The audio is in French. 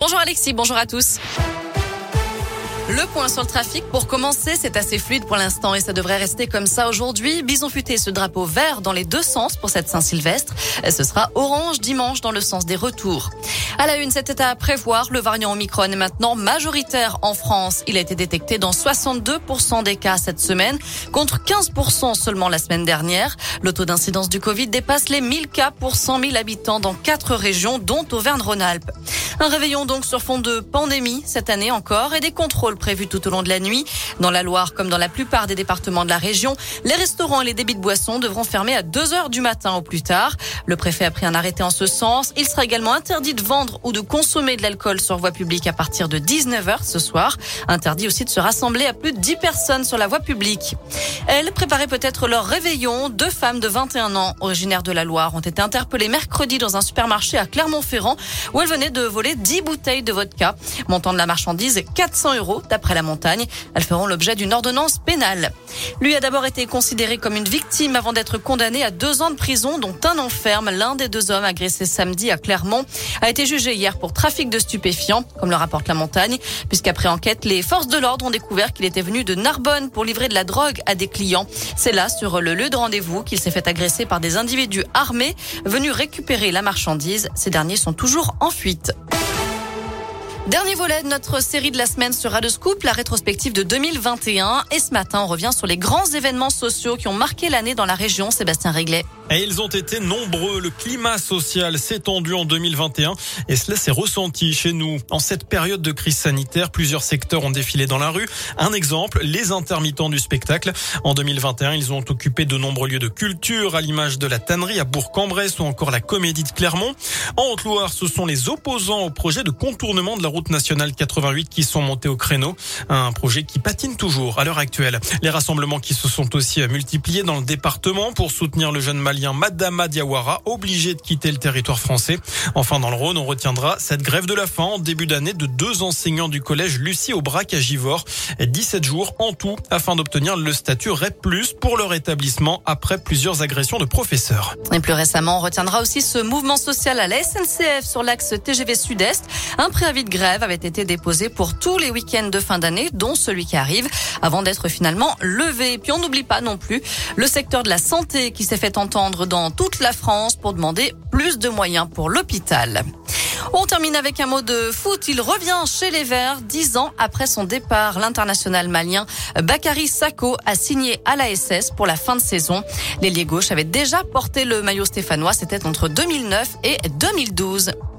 Bonjour Alexis, bonjour à tous. Le point sur le trafic, pour commencer, c'est assez fluide pour l'instant et ça devrait rester comme ça aujourd'hui. Bison futé, ce drapeau vert dans les deux sens pour cette Saint-Sylvestre. Ce sera orange dimanche dans le sens des retours. À la une, cet état à prévoir, le variant Omicron est maintenant majoritaire en France. Il a été détecté dans 62% des cas cette semaine, contre 15% seulement la semaine dernière. Le taux d'incidence du Covid dépasse les 1000 cas pour 100 000 habitants dans 4 régions, dont Auvergne-Rhône-Alpes. Un réveillon donc sur fond de pandémie cette année encore et des contrôles prévus tout au long de la nuit. Dans la Loire comme dans la plupart des départements de la région, les restaurants et les débits de boissons devront fermer à 2h du matin au plus tard. Le préfet a pris un arrêté en ce sens. Il sera également interdit de vendre ou de consommer de l'alcool sur voie publique à partir de 19h ce soir. Interdit aussi de se rassembler à plus de 10 personnes sur la voie publique. Elles préparaient peut-être leur réveillon. 2 femmes de 21 ans originaires de la Loire ont été interpellées mercredi dans un supermarché à Clermont-Ferrand où elles venaient de voler 10 bouteilles de vodka. Montant de la marchandise, 400 € d'après la montagne. Elles feront l'objet d'une ordonnance pénale. Lui a d'abord été considéré comme une victime avant d'être condamné à 2 ans de prison, dont 1 an ferme. L'un des 2 hommes agressés samedi à Clermont a été jugé hier pour trafic de stupéfiants, comme le rapporte la montagne, puisqu'après enquête, les forces de l'ordre ont découvert qu'il était venu de Narbonne pour livrer de la drogue à des clients. C'est là, sur le lieu de rendez-vous, qu'il s'est fait agresser par des individus armés venus récupérer la marchandise. Ces derniers sont toujours en fuite. Dernier volet de notre série de la semaine sur Radio Scoop, la rétrospective de 2021. Et ce matin, on revient sur les grands événements sociaux qui ont marqué l'année dans la région. Sébastien Réglet. Et ils ont été nombreux. Le climat social s'est tendu en 2021 et cela s'est ressenti chez nous. En cette période de crise sanitaire, plusieurs secteurs ont défilé dans la rue. Un exemple, les intermittents du spectacle. En 2021, ils ont occupé de nombreux lieux de culture, à l'image de la tannerie à Bourg-en-Bresse ou encore la Comédie de Clermont. En Haute-Loire, ce sont les opposants au projet de contournement de la route nationale 88 qui sont montés au créneau. Un projet qui patine toujours à l'heure actuelle. Les rassemblements qui se sont aussi multipliés dans le département pour soutenir le jeune Malien Madama Diawara, obligé de quitter le territoire français. Enfin, dans le Rhône, on retiendra cette grève de la faim en début d'année de 2 enseignants du collège Lucie Aubrac à Givors. 17 jours en tout afin d'obtenir le statut REP+, pour leur établissement après plusieurs agressions de professeurs. Et plus récemment, on retiendra aussi ce mouvement social à la SNCF sur l'axe TGV Sud-Est. Un préavis de grève avait été déposé pour tous les week-ends de fin d'année, dont celui qui arrive, avant d'être finalement levé. Puis on n'oublie pas non plus le secteur de la santé qui s'est fait entendre dans toute la France pour demander plus de moyens pour l'hôpital. On termine avec un mot de foot. Il revient chez les Verts 10 ans après son départ. L'international malien Bakary Sako a signé à l'ASS pour la fin de saison. L'ailier gauche avait déjà porté le maillot stéphanois. C'était entre 2009 et 2012.